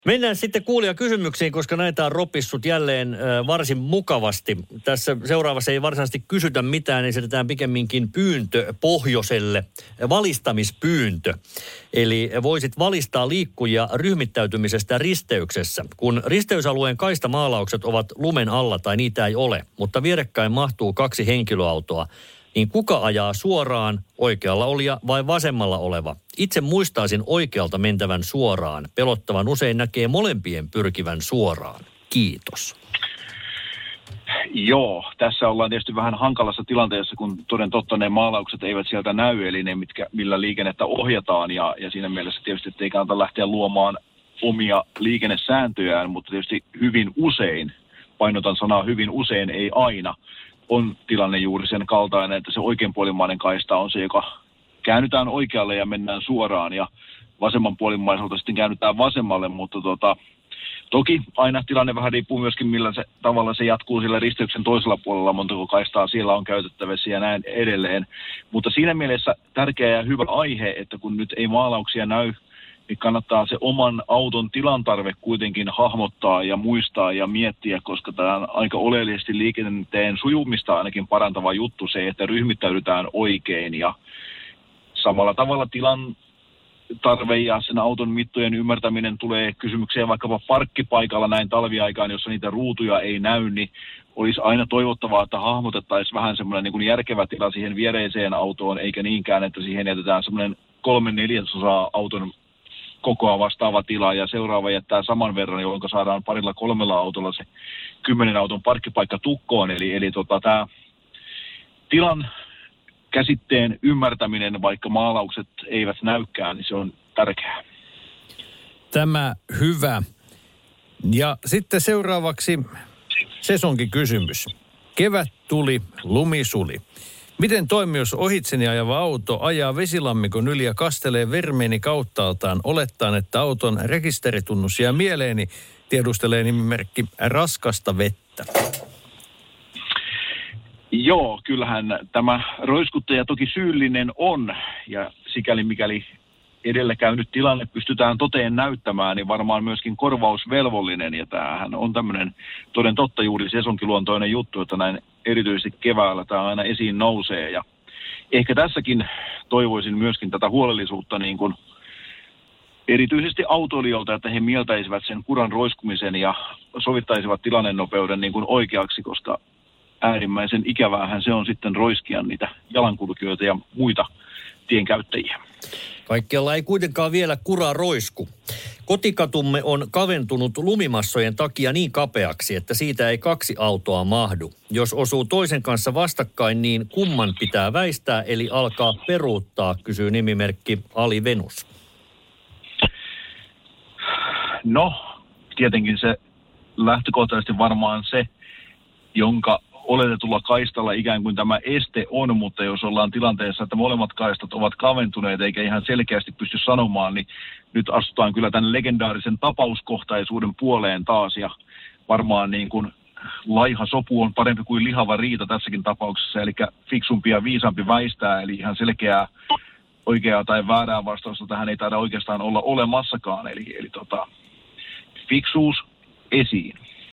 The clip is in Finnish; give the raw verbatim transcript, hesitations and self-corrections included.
Mennään sitten kuulijakysymyksiin, koska näitä on ropissut jälleen äh, varsin mukavasti. Tässä seuraavassa ei varsinaisesti kysytä mitään, esitetään pikemminkin pyyntö Pohjoselle, valistamispyyntö. Eli voisit valistaa liikkujia ryhmittäytymisestä risteyksessä. Kun risteysalueen kaistamaalaukset ovat lumen alla tai niitä ei ole, mutta vierekkäin mahtuu kaksi henkilöautoa, niin kuka ajaa suoraan, oikealla olija vai vasemmalla oleva? Itse muistaisin oikealta mentävän suoraan. Pelottavan usein näkee molempien pyrkivän suoraan. Kiitos. Joo, tässä ollaan tietysti vähän hankalassa tilanteessa, kun toden totta ne maalaukset eivät sieltä näy, eli ne, mitkä, millä liikennettä ohjataan, ja, ja siinä mielessä tietysti, että ei kannata lähteä luomaan omia liikennesääntöjään, mutta tietysti hyvin usein, painotan sanaa hyvin usein, ei aina, on tilanne juuri sen kaltainen, että se oikeanpuolimainen kaista on se, joka käännytään oikealle ja mennään suoraan, ja vasemmanpuolimaiselta sitten käännytään vasemmalle, mutta tota, toki aina tilanne vähän riippuu myöskin, millä se tavalla se jatkuu sillä risteyksen toisella puolella, montako kaistaa siellä on käytettävissä ja näin edelleen. Mutta siinä mielessä tärkeä ja hyvä aihe, että kun nyt ei maalauksia näy, niin kannattaa se oman auton tilantarve kuitenkin hahmottaa ja muistaa ja miettiä, koska tämä on aika oleellisesti liikenteen sujumista ainakin parantava juttu se, että ryhmittäydytään oikein ja samalla tavalla tilan tarve ja sen auton mittojen ymmärtäminen tulee kysymykseen vaikkapa parkkipaikalla näin talviaikaan, jossa niitä ruutuja ei näy, niin olisi aina toivottavaa, että hahmotettaisiin vähän semmoinen niin kuin järkevä tila siihen viereiseen autoon, eikä niinkään, että siihen jätetään semmoinen kolme neljäsosaa auton kokoa vastaava tila ja seuraava jättää saman verran, jolloin saadaan parilla kolmella autolla se kymmenen auton parkkipaikka tukkoon. Eli, eli tota, tämä tilan käsitteen ymmärtäminen, vaikka maalaukset eivät näykään, niin se on tärkeää. Tämä hyvä. Ja sitten seuraavaksi sesonkin kysymys. Kevät tuli, lumi suli. Miten toimii, jos ohitseni ajava auto ajaa vesilammikon yli ja kastelee vermeeni kauttaaltaan olettaen, että auton rekisteritunnus jää mieleeni, tiedustelee nimimerkki raskasta vettä? Joo, kyllähän tämä roiskuttaja toki syyllinen on, ja sikäli mikäli edellä käynyt tilanne pystytään toteen näyttämään, niin varmaan myöskin korvausvelvollinen, ja tämähän on tämmöinen toden totta juuri sesonkiluontoinen juttu, että näin erityisesti keväällä tämä aina esiin nousee, ja ehkä tässäkin toivoisin myöskin tätä huolellisuutta niin kuin erityisesti autoilijoilta, että he mieltäisivät sen kuran roiskumisen ja sovittaisivat tilannenopeuden niin kuin oikeaksi, koska äärimmäisen ikäväähän se on sitten roiskia niitä jalankulkijoita ja muita tienkäyttäjiä. Kaikkialla ei kuitenkaan vielä kura roisku. Kotikatumme on kaventunut lumimassojen takia niin kapeaksi, että siitä ei kaksi autoa mahdu. Jos osuu toisen kanssa vastakkain, niin kumman pitää väistää, eli alkaa peruuttaa, kysyy nimimerkki Ali Venus. No, tietenkin se lähtökohtaisesti varmaan se, jonka oletetulla kaistalla ikään kuin tämä este on, mutta jos ollaan tilanteessa, että molemmat kaistat ovat kaventuneet eikä ihan selkeästi pysty sanomaan, niin nyt astutaan kyllä tämän legendaarisen tapauskohtaisuuden puoleen taas, ja varmaan niin kuin laiha sopu on parempi kuin lihava riita tässäkin tapauksessa, eli fiksumpi ja viisaampi väistää, eli ihan selkeää oikeaa tai väärää vastausta tähän ei taida oikeastaan olla olemassakaan, eli, eli tota, fiksuus esiin.